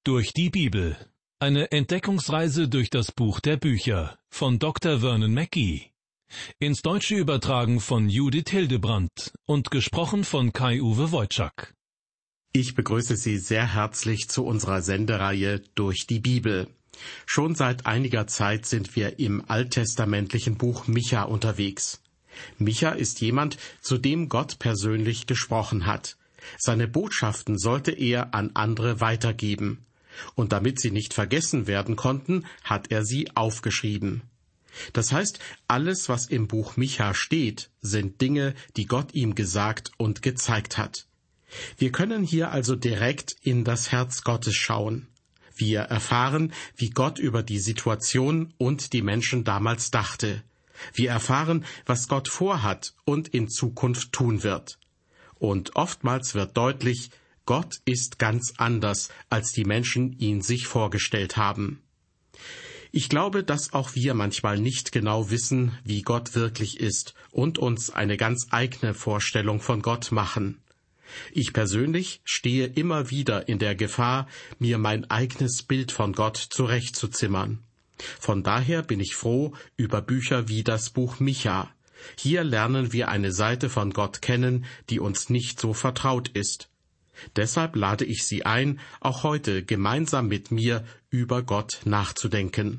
Durch die Bibel. Eine Entdeckungsreise durch das Buch der Bücher von Dr. Vernon Mackey. Ins Deutsche übertragen von Judith Hildebrandt und gesprochen von Kai-Uwe Wojczak. Ich begrüße Sie sehr herzlich zu unserer Sendereihe Durch die Bibel. Schon seit einiger Zeit sind wir im alttestamentlichen Buch Micha unterwegs. Micha ist jemand, zu dem Gott persönlich gesprochen hat. Seine Botschaften sollte er an andere weitergeben. Und damit sie nicht vergessen werden konnten, hat er sie aufgeschrieben. Das heißt, alles, was im Buch Micha steht, sind Dinge, die Gott ihm gesagt und gezeigt hat. Wir können hier also direkt in das Herz Gottes schauen. Wir erfahren, wie Gott über die Situation und die Menschen damals dachte. Wir erfahren, was Gott vorhat und in Zukunft tun wird. Und oftmals wird deutlich, Gott ist ganz anders, als die Menschen ihn sich vorgestellt haben. Ich glaube, dass auch wir manchmal nicht genau wissen, wie Gott wirklich ist und uns eine ganz eigene Vorstellung von Gott machen. Ich persönlich stehe immer wieder in der Gefahr, mir mein eigenes Bild von Gott zurechtzuzimmern. Von daher bin ich froh über Bücher wie das Buch Micha. Hier lernen wir eine Seite von Gott kennen, die uns nicht so vertraut ist. Deshalb lade ich Sie ein, auch heute gemeinsam mit mir über Gott nachzudenken.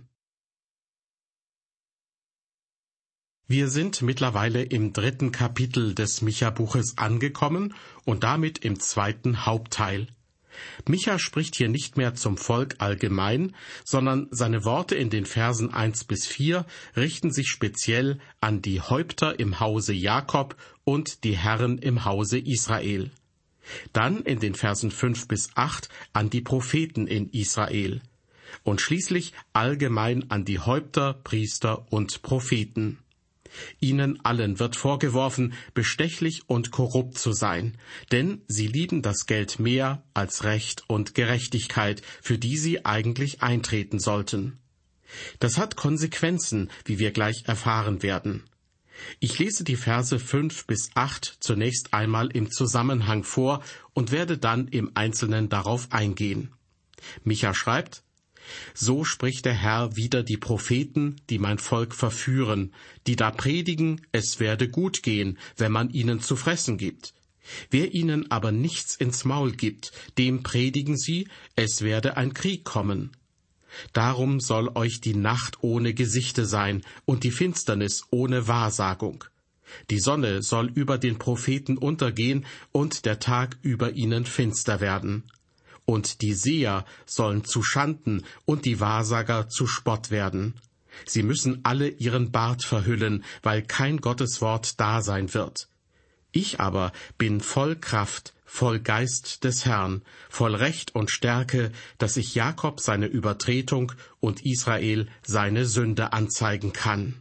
Wir sind mittlerweile im 3. Kapitel des Micha-Buches angekommen und damit im 2. Hauptteil. Micha spricht hier nicht mehr zum Volk allgemein, sondern seine Worte in den Versen 1-4 richten sich speziell an die Häupter im Hause Jakob und die Herren im Hause Israel. Dann in den Versen 5-8 an die Propheten in Israel und schließlich allgemein an die Häupter, Priester und Propheten. Ihnen allen wird vorgeworfen, bestechlich und korrupt zu sein, denn sie lieben das Geld mehr als Recht und Gerechtigkeit, für die sie eigentlich eintreten sollten. Das hat Konsequenzen, wie wir gleich erfahren werden. Ich lese die Verse 5-8 zunächst einmal im Zusammenhang vor und werde dann im Einzelnen darauf eingehen. Micha schreibt: So spricht der Herr wider die Propheten, die mein Volk verführen, die da predigen, es werde gut gehen, wenn man ihnen zu fressen gibt. Wer ihnen aber nichts ins Maul gibt, dem predigen sie, es werde ein Krieg kommen. Darum soll euch die Nacht ohne Gesichte sein und die Finsternis ohne Wahrsagung. Die Sonne soll über den Propheten untergehen und der Tag über ihnen finster werden. Und die Seher sollen zu Schanden und die Wahrsager zu Spott werden. Sie müssen alle ihren Bart verhüllen, weil kein Gotteswort da sein wird. Ich aber bin voll Kraft, voll Geist des Herrn, voll Recht und Stärke, dass ich Jakob seine Übertretung und Israel seine Sünde anzeigen kann.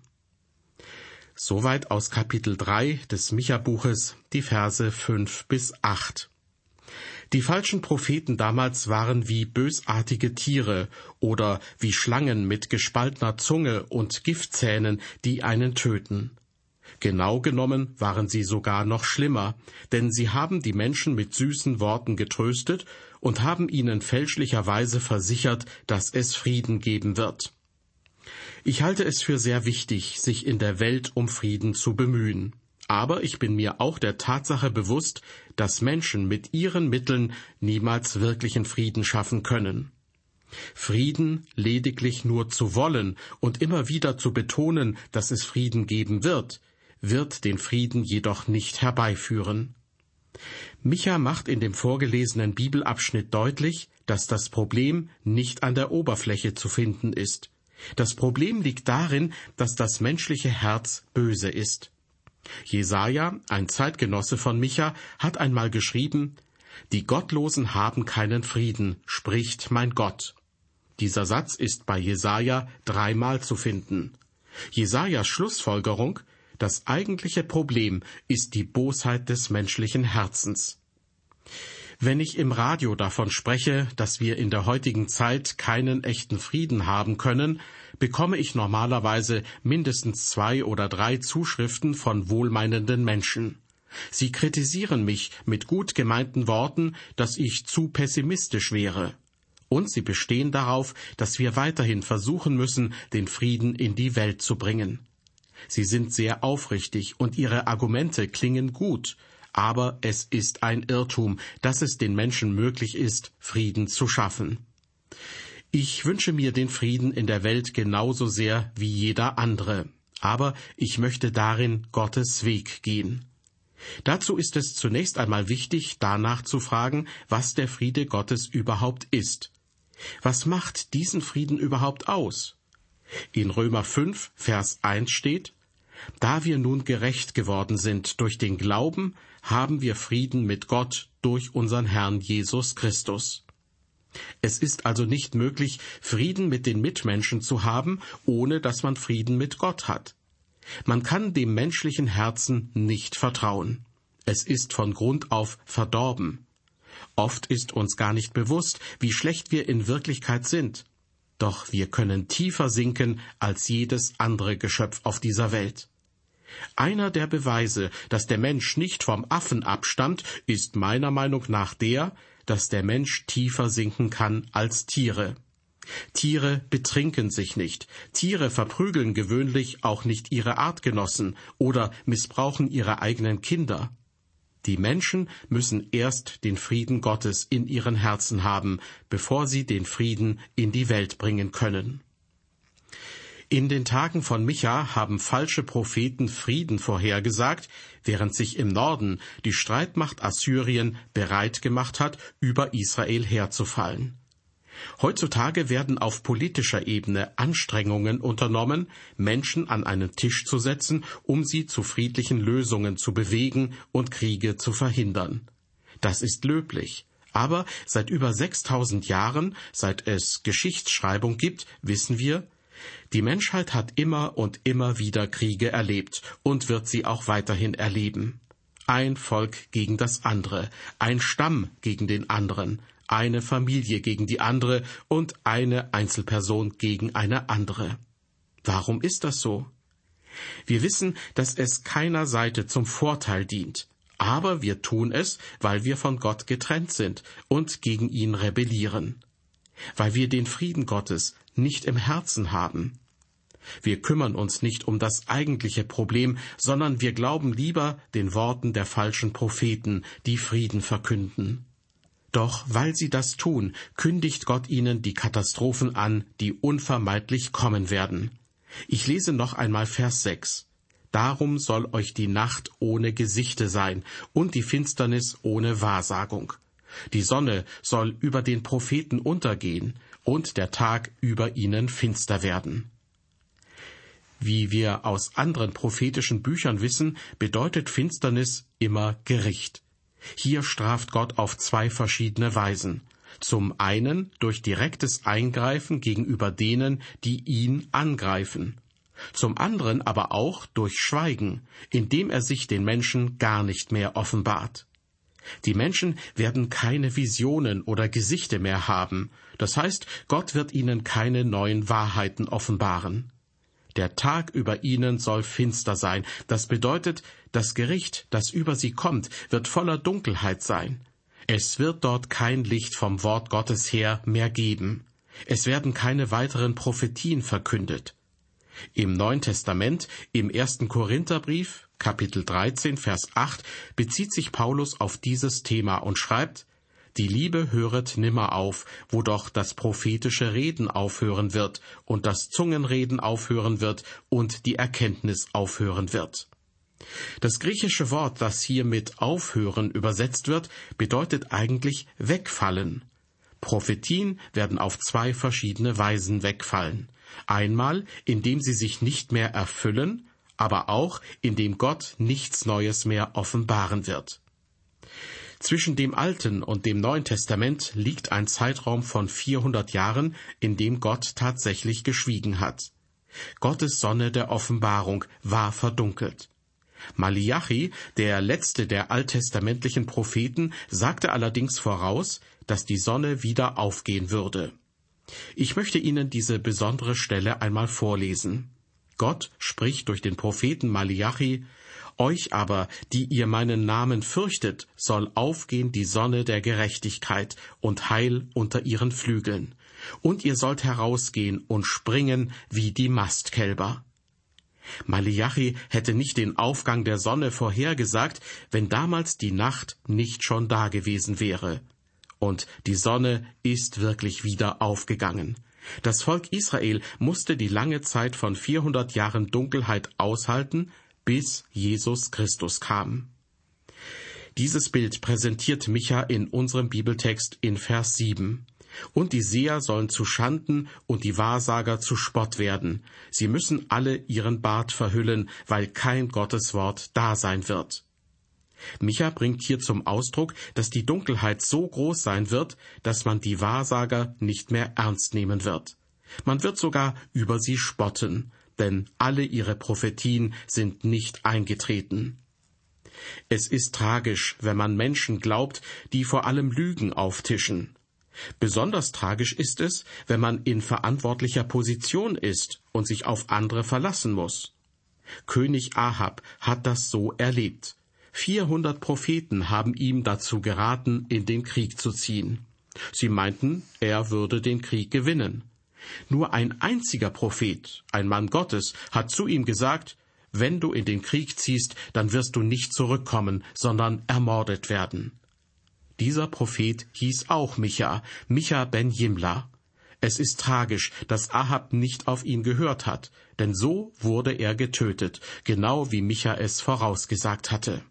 Soweit aus Kapitel 3 des Micha-Buches, die Verse 5-8. Die falschen Propheten damals waren wie bösartige Tiere oder wie Schlangen mit gespaltener Zunge und Giftzähnen, die einen töten. Genau genommen waren sie sogar noch schlimmer, denn sie haben die Menschen mit süßen Worten getröstet und haben ihnen fälschlicherweise versichert, dass es Frieden geben wird. Ich halte es für sehr wichtig, sich in der Welt um Frieden zu bemühen. Aber ich bin mir auch der Tatsache bewusst, dass Menschen mit ihren Mitteln niemals wirklichen Frieden schaffen können. Frieden lediglich nur zu wollen und immer wieder zu betonen, dass es Frieden geben wird den Frieden jedoch nicht herbeiführen. Micha macht in dem vorgelesenen Bibelabschnitt deutlich, dass das Problem nicht an der Oberfläche zu finden ist. Das Problem liegt darin, dass das menschliche Herz böse ist. Jesaja, ein Zeitgenosse von Micha, hat einmal geschrieben: Die Gottlosen haben keinen Frieden, spricht mein Gott. Dieser Satz ist bei Jesaja 3-mal zu finden. Jesajas Schlussfolgerung: Das eigentliche Problem ist die Bosheit des menschlichen Herzens. Wenn ich im Radio davon spreche, dass wir in der heutigen Zeit keinen echten Frieden haben können, bekomme ich normalerweise mindestens 2 oder 3 Zuschriften von wohlmeinenden Menschen. Sie kritisieren mich mit gut gemeinten Worten, dass ich zu pessimistisch wäre. Und sie bestehen darauf, dass wir weiterhin versuchen müssen, den Frieden in die Welt zu bringen. Sie sind sehr aufrichtig und ihre Argumente klingen gut, aber es ist ein Irrtum, dass es den Menschen möglich ist, Frieden zu schaffen. Ich wünsche mir den Frieden in der Welt genauso sehr wie jeder andere, aber ich möchte darin Gottes Weg gehen. Dazu ist es zunächst einmal wichtig, danach zu fragen, was der Friede Gottes überhaupt ist. Was macht diesen Frieden überhaupt aus? In Römer 5, Vers 1 steht: Da wir nun gerecht geworden sind durch den Glauben, haben wir Frieden mit Gott durch unseren Herrn Jesus Christus. Es ist also nicht möglich, Frieden mit den Mitmenschen zu haben, ohne dass man Frieden mit Gott hat. Man kann dem menschlichen Herzen nicht vertrauen. Es ist von Grund auf verdorben. Oft ist uns gar nicht bewusst, wie schlecht wir in Wirklichkeit sind. Doch wir können tiefer sinken als jedes andere Geschöpf auf dieser Welt. Einer der Beweise, dass der Mensch nicht vom Affen abstammt, ist meiner Meinung nach der, dass der Mensch tiefer sinken kann als Tiere. Tiere betrinken sich nicht. Tiere verprügeln gewöhnlich auch nicht ihre Artgenossen oder missbrauchen ihre eigenen Kinder. Die Menschen müssen erst den Frieden Gottes in ihren Herzen haben, bevor sie den Frieden in die Welt bringen können. In den Tagen von Micha haben falsche Propheten Frieden vorhergesagt, während sich im Norden die Streitmacht Assyrien bereit gemacht hat, über Israel herzufallen. Heutzutage werden auf politischer Ebene Anstrengungen unternommen, Menschen an einen Tisch zu setzen, um sie zu friedlichen Lösungen zu bewegen und Kriege zu verhindern. Das ist löblich. Aber seit über 6000 Jahren, seit es Geschichtsschreibung gibt, wissen wir, die Menschheit hat immer und immer wieder Kriege erlebt und wird sie auch weiterhin erleben. Ein Volk gegen das andere, ein Stamm gegen den anderen, eine Familie gegen die andere und eine Einzelperson gegen eine andere. Warum ist das so? Wir wissen, dass es keiner Seite zum Vorteil dient, aber wir tun es, weil wir von Gott getrennt sind und gegen ihn rebellieren, weil wir den Frieden Gottes nicht im Herzen haben. Wir kümmern uns nicht um das eigentliche Problem, sondern wir glauben lieber den Worten der falschen Propheten, die Frieden verkünden. Doch weil sie das tun, kündigt Gott ihnen die Katastrophen an, die unvermeidlich kommen werden. Ich lese noch einmal Vers 6. Darum soll euch die Nacht ohne Gesichte sein und die Finsternis ohne Wahrsagung. Die Sonne soll über den Propheten untergehen und der Tag über ihnen finster werden. Wie wir aus anderen prophetischen Büchern wissen, bedeutet Finsternis immer Gericht. Hier straft Gott auf zwei verschiedene Weisen. Zum einen durch direktes Eingreifen gegenüber denen, die ihn angreifen. Zum anderen aber auch durch Schweigen, indem er sich den Menschen gar nicht mehr offenbart. Die Menschen werden keine Visionen oder Gesichte mehr haben. Das heißt, Gott wird ihnen keine neuen Wahrheiten offenbaren. Der Tag über ihnen soll finster sein. Das bedeutet, das Gericht, das über sie kommt, wird voller Dunkelheit sein. Es wird dort kein Licht vom Wort Gottes her mehr geben. Es werden keine weiteren Prophetien verkündet. Im Neuen Testament, im 1. Korintherbrief, Kapitel 13, Vers 8, bezieht sich Paulus auf dieses Thema und schreibt: Die Liebe höret nimmer auf, wo doch das prophetische Reden aufhören wird und das Zungenreden aufhören wird und die Erkenntnis aufhören wird. Das griechische Wort, das hier mit aufhören übersetzt wird, bedeutet eigentlich wegfallen. Prophetien werden auf zwei verschiedene Weisen wegfallen. Einmal, indem sie sich nicht mehr erfüllen, aber auch, indem Gott nichts Neues mehr offenbaren wird. Zwischen dem Alten und dem Neuen Testament liegt ein Zeitraum von 400 Jahren, in dem Gott tatsächlich geschwiegen hat. Gottes Sonne der Offenbarung war verdunkelt. Maliachi, der letzte der alttestamentlichen Propheten, sagte allerdings voraus, dass die Sonne wieder aufgehen würde. Ich möchte Ihnen diese besondere Stelle einmal vorlesen. Gott spricht durch den Propheten Maliachi: Euch aber, die ihr meinen Namen fürchtet, soll aufgehen die Sonne der Gerechtigkeit und Heil unter ihren Flügeln. Und ihr sollt herausgehen und springen wie die Mastkälber. Maleachi hätte nicht den Aufgang der Sonne vorhergesagt, wenn damals die Nacht nicht schon da gewesen wäre. Und die Sonne ist wirklich wieder aufgegangen. Das Volk Israel musste die lange Zeit von 400 Jahren Dunkelheit aushalten, bis Jesus Christus kam. Dieses Bild präsentiert Micha in unserem Bibeltext in Vers 7. Und die Seher sollen zu Schanden und die Wahrsager zu Spott werden. Sie müssen alle ihren Bart verhüllen, weil kein Gotteswort da sein wird. Micha bringt hier zum Ausdruck, dass die Dunkelheit so groß sein wird, dass man die Wahrsager nicht mehr ernst nehmen wird. Man wird sogar über sie spotten, denn alle ihre Prophetien sind nicht eingetreten. Es ist tragisch, wenn man Menschen glaubt, die vor allem Lügen auftischen. Besonders tragisch ist es, wenn man in verantwortlicher Position ist und sich auf andere verlassen muss. König Ahab hat das so erlebt. 400 Propheten haben ihm dazu geraten, in den Krieg zu ziehen. Sie meinten, er würde den Krieg gewinnen. Nur ein einziger Prophet, ein Mann Gottes, hat zu ihm gesagt, wenn du in den Krieg ziehst, dann wirst du nicht zurückkommen, sondern ermordet werden. Dieser Prophet hieß auch Micha ben Jimla. Es ist tragisch, dass Ahab nicht auf ihn gehört hat, denn so wurde er getötet, genau wie Micha es vorausgesagt hatte.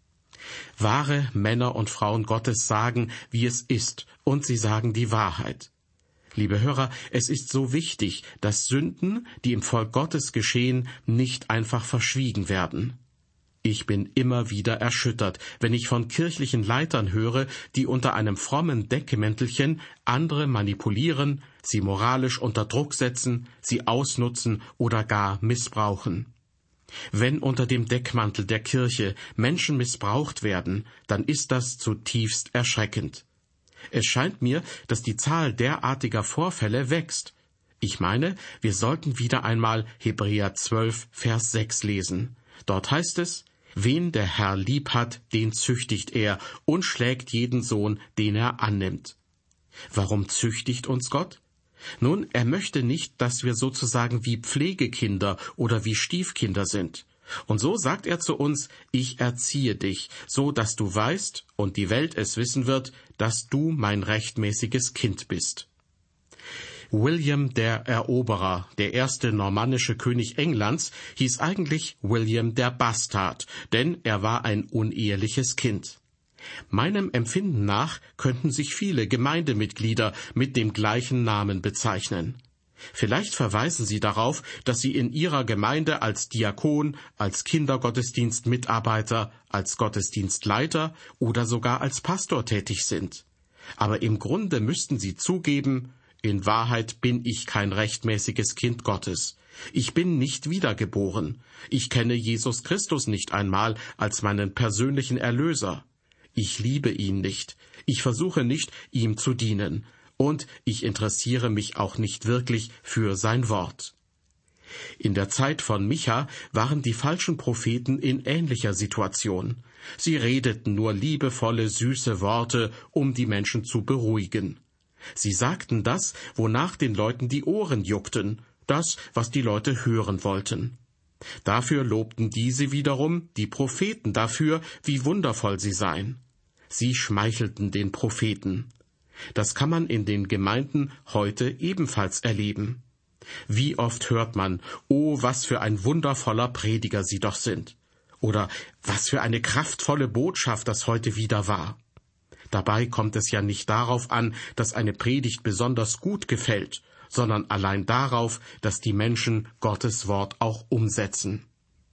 Wahre Männer und Frauen Gottes sagen, wie es ist, und sie sagen die Wahrheit. Liebe Hörer, es ist so wichtig, dass Sünden, die im Volk Gottes geschehen, nicht einfach verschwiegen werden. Ich bin immer wieder erschüttert, wenn ich von kirchlichen Leitern höre, die unter einem frommen Deckmäntelchen andere manipulieren, sie moralisch unter Druck setzen, sie ausnutzen oder gar missbrauchen. Wenn unter dem Deckmantel der Kirche Menschen missbraucht werden, dann ist das zutiefst erschreckend. Es scheint mir, dass die Zahl derartiger Vorfälle wächst. Ich meine, wir sollten wieder einmal Hebräer 12, Vers 6 lesen. Dort heißt es, wen der Herr lieb hat, den züchtigt er und schlägt jeden Sohn, den er annimmt. Warum züchtigt uns Gott? Nun, er möchte nicht, dass wir sozusagen wie Pflegekinder oder wie Stiefkinder sind. Und so sagt er zu uns, ich erziehe dich, so dass du weißt und die Welt es wissen wird, dass du mein rechtmäßiges Kind bist. William der Eroberer, der erste normannische König Englands, hieß eigentlich William der Bastard, denn er war ein uneheliches Kind. Meinem Empfinden nach könnten sich viele Gemeindemitglieder mit dem gleichen Namen bezeichnen. Vielleicht verweisen sie darauf, dass sie in ihrer Gemeinde als Diakon, als Kindergottesdienstmitarbeiter, als Gottesdienstleiter oder sogar als Pastor tätig sind. Aber im Grunde müssten sie zugeben, in Wahrheit bin ich kein rechtmäßiges Kind Gottes. Ich bin nicht wiedergeboren. Ich kenne Jesus Christus nicht einmal als meinen persönlichen Erlöser. Ich liebe ihn nicht. Ich versuche nicht, ihm zu dienen. Und ich interessiere mich auch nicht wirklich für sein Wort. In der Zeit von Micha waren die falschen Propheten in ähnlicher Situation. Sie redeten nur liebevolle, süße Worte, um die Menschen zu beruhigen. Sie sagten das, wonach den Leuten die Ohren juckten, das, was die Leute hören wollten. Dafür lobten diese wiederum die Propheten dafür, wie wundervoll sie seien. Sie schmeichelten den Propheten. Das kann man in den Gemeinden heute ebenfalls erleben. Wie oft hört man, oh, was für ein wundervoller Prediger Sie doch sind. Oder was für eine kraftvolle Botschaft das heute wieder war. Dabei kommt es ja nicht darauf an, dass eine Predigt besonders gut gefällt, sondern allein darauf, dass die Menschen Gottes Wort auch umsetzen.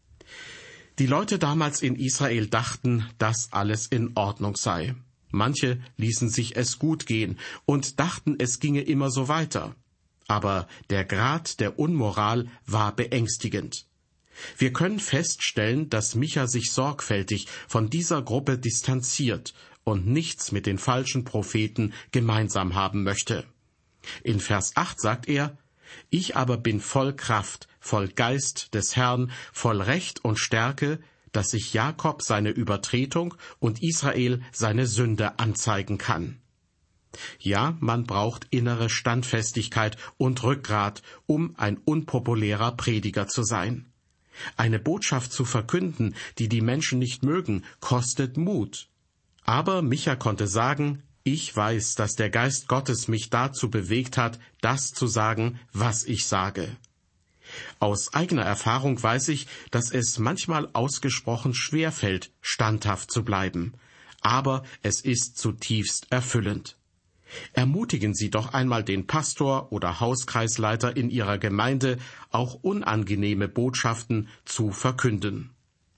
Die Leute damals in Israel dachten, dass alles in Ordnung sei. Manche ließen sich es gut gehen und dachten, es ginge immer so weiter. Aber der Grad der Unmoral war beängstigend. Wir können feststellen, dass Micha sich sorgfältig von dieser Gruppe distanziert und nichts mit den falschen Propheten gemeinsam haben möchte. In Vers 8 sagt er, »Ich aber bin voll Kraft, voll Geist des Herrn, voll Recht und Stärke, dass sich Jakob seine Übertretung und Israel seine Sünde anzeigen kann. Ja, man braucht innere Standfestigkeit und Rückgrat, um ein unpopulärer Prediger zu sein. Eine Botschaft zu verkünden, die die Menschen nicht mögen, kostet Mut. Aber Micha konnte sagen, ich weiß, dass der Geist Gottes mich dazu bewegt hat, das zu sagen, was ich sage. Aus eigener Erfahrung weiß ich, dass es manchmal ausgesprochen schwer fällt, standhaft zu bleiben. Aber es ist zutiefst erfüllend. Ermutigen Sie doch einmal den Pastor oder Hauskreisleiter in Ihrer Gemeinde, auch unangenehme Botschaften zu verkünden.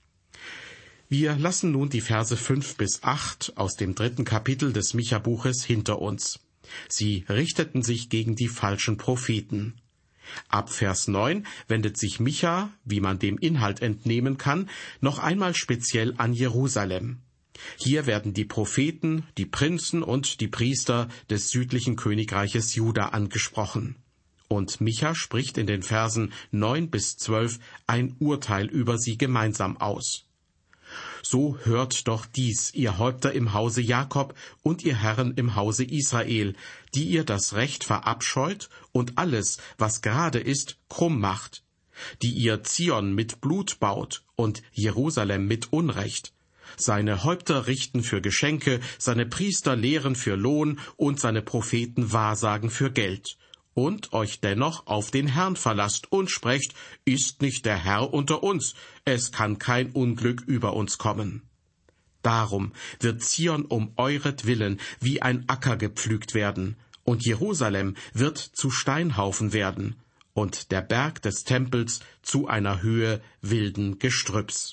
Wir lassen nun die Verse 5 bis 8 aus dem 3. Kapitel des Micha-Buches hinter uns. Sie richteten sich gegen die falschen Propheten. Ab Vers 9 wendet sich Micha, wie man dem Inhalt entnehmen kann, noch einmal speziell an Jerusalem. Hier werden die Propheten, die Prinzen und die Priester des südlichen Königreiches Juda angesprochen. Und Micha spricht in den Versen 9 bis 12 ein Urteil über sie gemeinsam aus. So hört doch dies, ihr Häupter im Hause Jakob und ihr Herren im Hause Israel, die ihr das Recht verabscheut und alles, was gerade ist, krumm macht, die ihr Zion mit Blut baut und Jerusalem mit Unrecht. Seine Häupter richten für Geschenke, seine Priester lehren für Lohn und seine Propheten wahrsagen für Geld. Und euch dennoch auf den Herrn verlasst und sprecht, ist nicht der Herr unter uns, es kann kein Unglück über uns kommen. Darum wird Zion um euretwillen wie ein Acker gepflügt werden, und Jerusalem wird zu Steinhaufen werden, und der Berg des Tempels zu einer Höhe wilden Gestrüpps.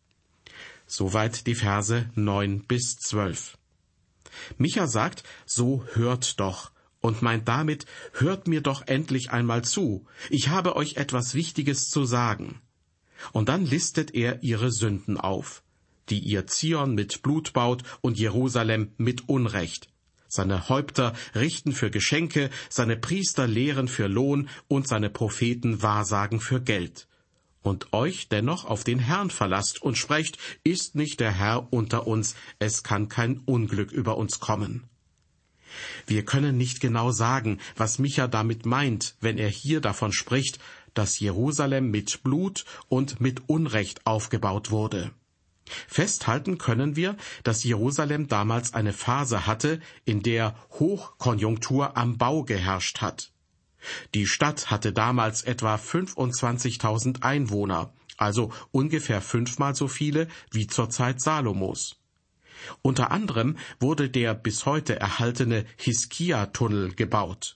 Soweit die Verse 9 bis 12. Micha sagt, so hört doch, und meint damit, hört mir doch endlich einmal zu, ich habe euch etwas Wichtiges zu sagen. Und dann listet er ihre Sünden auf, die ihr Zion mit Blut baut und Jerusalem mit Unrecht. Seine Häupter richten für Geschenke, seine Priester lehren für Lohn und seine Propheten wahrsagen für Geld. Und euch dennoch auf den Herrn verlasst und sprecht, ist nicht der Herr unter uns, es kann kein Unglück über uns kommen. Wir können nicht genau sagen, was Micha damit meint, wenn er hier davon spricht, dass Jerusalem mit Blut und mit Unrecht aufgebaut wurde. Festhalten können wir, dass Jerusalem damals eine Phase hatte, in der Hochkonjunktur am Bau geherrscht hat. Die Stadt hatte damals etwa 25.000 Einwohner, also ungefähr 5-mal so viele wie zur Zeit Salomos. Unter anderem wurde der bis heute erhaltene Hiskia-Tunnel gebaut.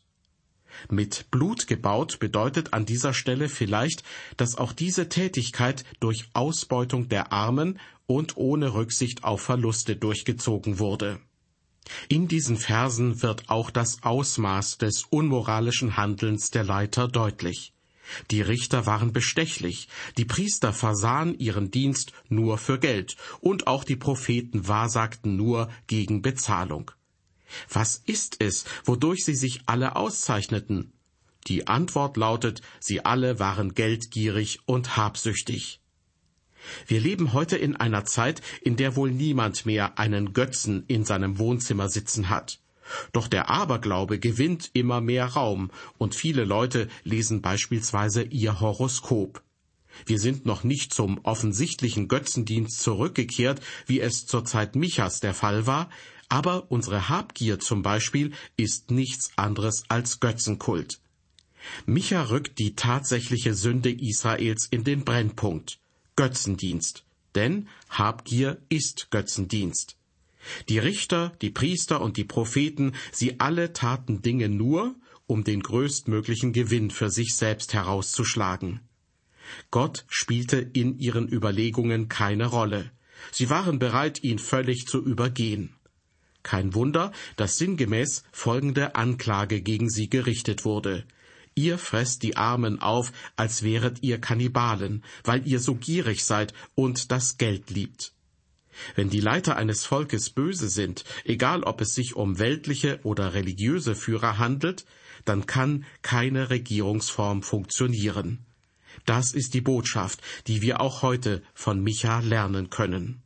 Mit Blut gebaut bedeutet an dieser Stelle vielleicht, dass auch diese Tätigkeit durch Ausbeutung der Armen und ohne Rücksicht auf Verluste durchgezogen wurde. In diesen Versen wird auch das Ausmaß des unmoralischen Handelns der Leiter deutlich. Die Richter waren bestechlich, die Priester versahen ihren Dienst nur für Geld, und auch die Propheten wahrsagten nur gegen Bezahlung. Was ist es, wodurch sie sich alle auszeichneten? Die Antwort lautet, sie alle waren geldgierig und habsüchtig. Wir leben heute in einer Zeit, in der wohl niemand mehr einen Götzen in seinem Wohnzimmer sitzen hat. Doch der Aberglaube gewinnt immer mehr Raum, und viele Leute lesen beispielsweise ihr Horoskop. Wir sind noch nicht zum offensichtlichen Götzendienst zurückgekehrt, wie es zur Zeit Michas der Fall war, aber unsere Habgier zum Beispiel ist nichts anderes als Götzenkult. Micha rückt die tatsächliche Sünde Israels in den Brennpunkt: Götzendienst, denn Habgier ist Götzendienst. Die Richter, die Priester und die Propheten, sie alle taten Dinge nur, um den größtmöglichen Gewinn für sich selbst herauszuschlagen. Gott spielte in ihren Überlegungen keine Rolle. Sie waren bereit, ihn völlig zu übergehen. Kein Wunder, dass sinngemäß folgende Anklage gegen sie gerichtet wurde: Ihr fresst die Armen auf, als wäret ihr Kannibalen, weil ihr so gierig seid und das Geld liebt. Wenn die Leiter eines Volkes böse sind, egal ob es sich um weltliche oder religiöse Führer handelt, dann kann keine Regierungsform funktionieren. Das ist die Botschaft, die wir auch heute von Micha lernen können.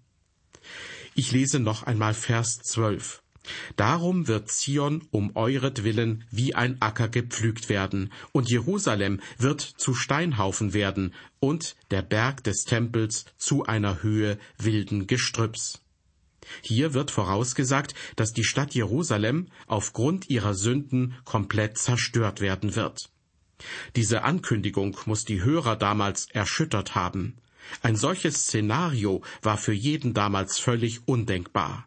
Ich lese noch einmal Vers 12. Darum wird Zion um euretwillen wie ein Acker gepflügt werden, und Jerusalem wird zu Steinhaufen werden, und der Berg des Tempels zu einer Höhe wilden Gestrüpps. Hier wird vorausgesagt, dass die Stadt Jerusalem aufgrund ihrer Sünden komplett zerstört werden wird. Diese Ankündigung muss die Hörer damals erschüttert haben. Ein solches Szenario war für jeden damals völlig undenkbar.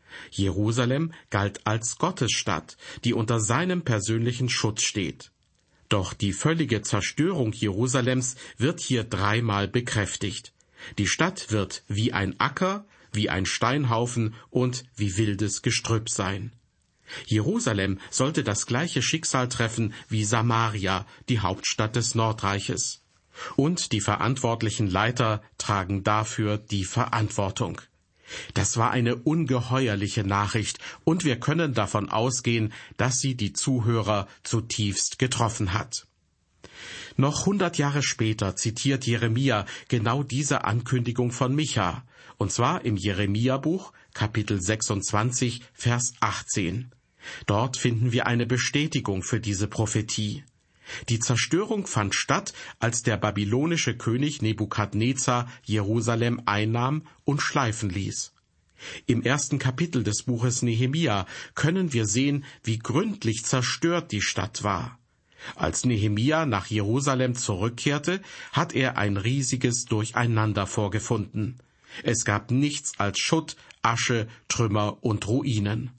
Jerusalem galt als Gottesstadt, die unter seinem persönlichen Schutz steht. Doch die völlige Zerstörung Jerusalems wird hier dreimal bekräftigt. Die Stadt wird wie ein Acker, wie ein Steinhaufen und wie wildes Gestrüpp sein. Jerusalem sollte das gleiche Schicksal treffen wie Samaria, die Hauptstadt des Nordreiches. Und die verantwortlichen Leiter tragen dafür die Verantwortung. Das war eine ungeheuerliche Nachricht, und wir können davon ausgehen, dass sie die Zuhörer zutiefst getroffen hat. Noch 100 Jahre später zitiert Jeremia genau diese Ankündigung von Micha, und zwar im Jeremia-Buch, Kapitel 26, Vers 18. Dort finden wir eine Bestätigung für diese Prophetie. Die Zerstörung fand statt, als der babylonische König Nebukadnezar Jerusalem einnahm und schleifen ließ. Im 1. Kapitel des Buches Nehemia können wir sehen, wie gründlich zerstört die Stadt war. Als Nehemia nach Jerusalem zurückkehrte, hat er ein riesiges Durcheinander vorgefunden. Es gab nichts als Schutt, Asche, Trümmer und Ruinen.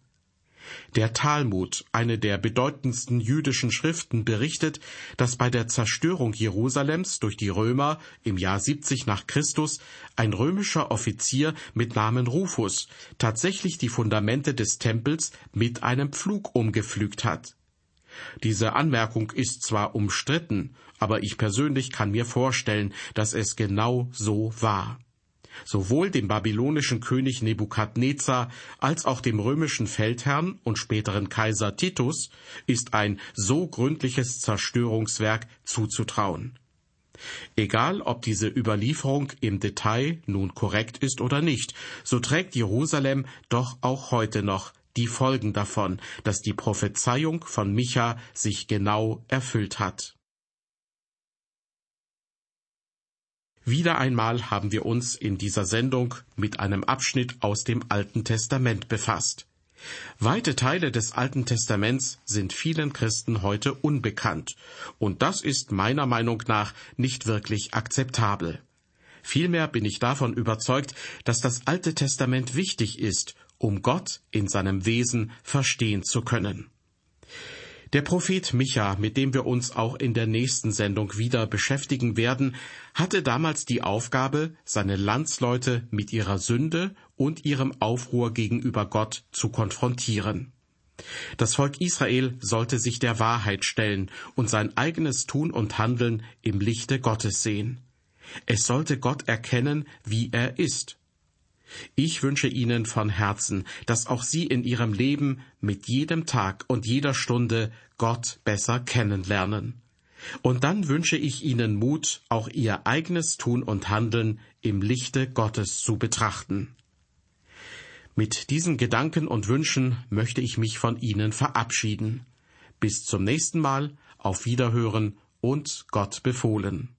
Der Talmud, eine der bedeutendsten jüdischen Schriften, berichtet, dass bei der Zerstörung Jerusalems durch die Römer im Jahr 70 nach Christus ein römischer Offizier mit Namen Rufus tatsächlich die Fundamente des Tempels mit einem Pflug umgepflügt hat. Diese Anmerkung ist zwar umstritten, aber ich persönlich kann mir vorstellen, dass es genau so war. Sowohl dem babylonischen König Nebukadnezar als auch dem römischen Feldherrn und späteren Kaiser Titus ist ein so gründliches Zerstörungswerk zuzutrauen. Egal, ob diese Überlieferung im Detail nun korrekt ist oder nicht, so trägt Jerusalem doch auch heute noch die Folgen davon, dass die Prophezeiung von Micha sich genau erfüllt hat. Wieder einmal haben wir uns in dieser Sendung mit einem Abschnitt aus dem Alten Testament befasst. Weite Teile des Alten Testaments sind vielen Christen heute unbekannt, und das ist meiner Meinung nach nicht wirklich akzeptabel. Vielmehr bin ich davon überzeugt, dass das Alte Testament wichtig ist, um Gott in seinem Wesen verstehen zu können. Der Prophet Micha, mit dem wir uns auch in der nächsten Sendung wieder beschäftigen werden, hatte damals die Aufgabe, seine Landsleute mit ihrer Sünde und ihrem Aufruhr gegenüber Gott zu konfrontieren. Das Volk Israel sollte sich der Wahrheit stellen und sein eigenes Tun und Handeln im Lichte Gottes sehen. Es sollte Gott erkennen, wie er ist. Ich wünsche Ihnen von Herzen, dass auch Sie in Ihrem Leben mit jedem Tag und jeder Stunde Gott besser kennenlernen. Und dann wünsche ich Ihnen Mut, auch Ihr eigenes Tun und Handeln im Lichte Gottes zu betrachten. Mit diesen Gedanken und Wünschen möchte ich mich von Ihnen verabschieden. Bis zum nächsten Mal, auf Wiederhören und Gott befohlen.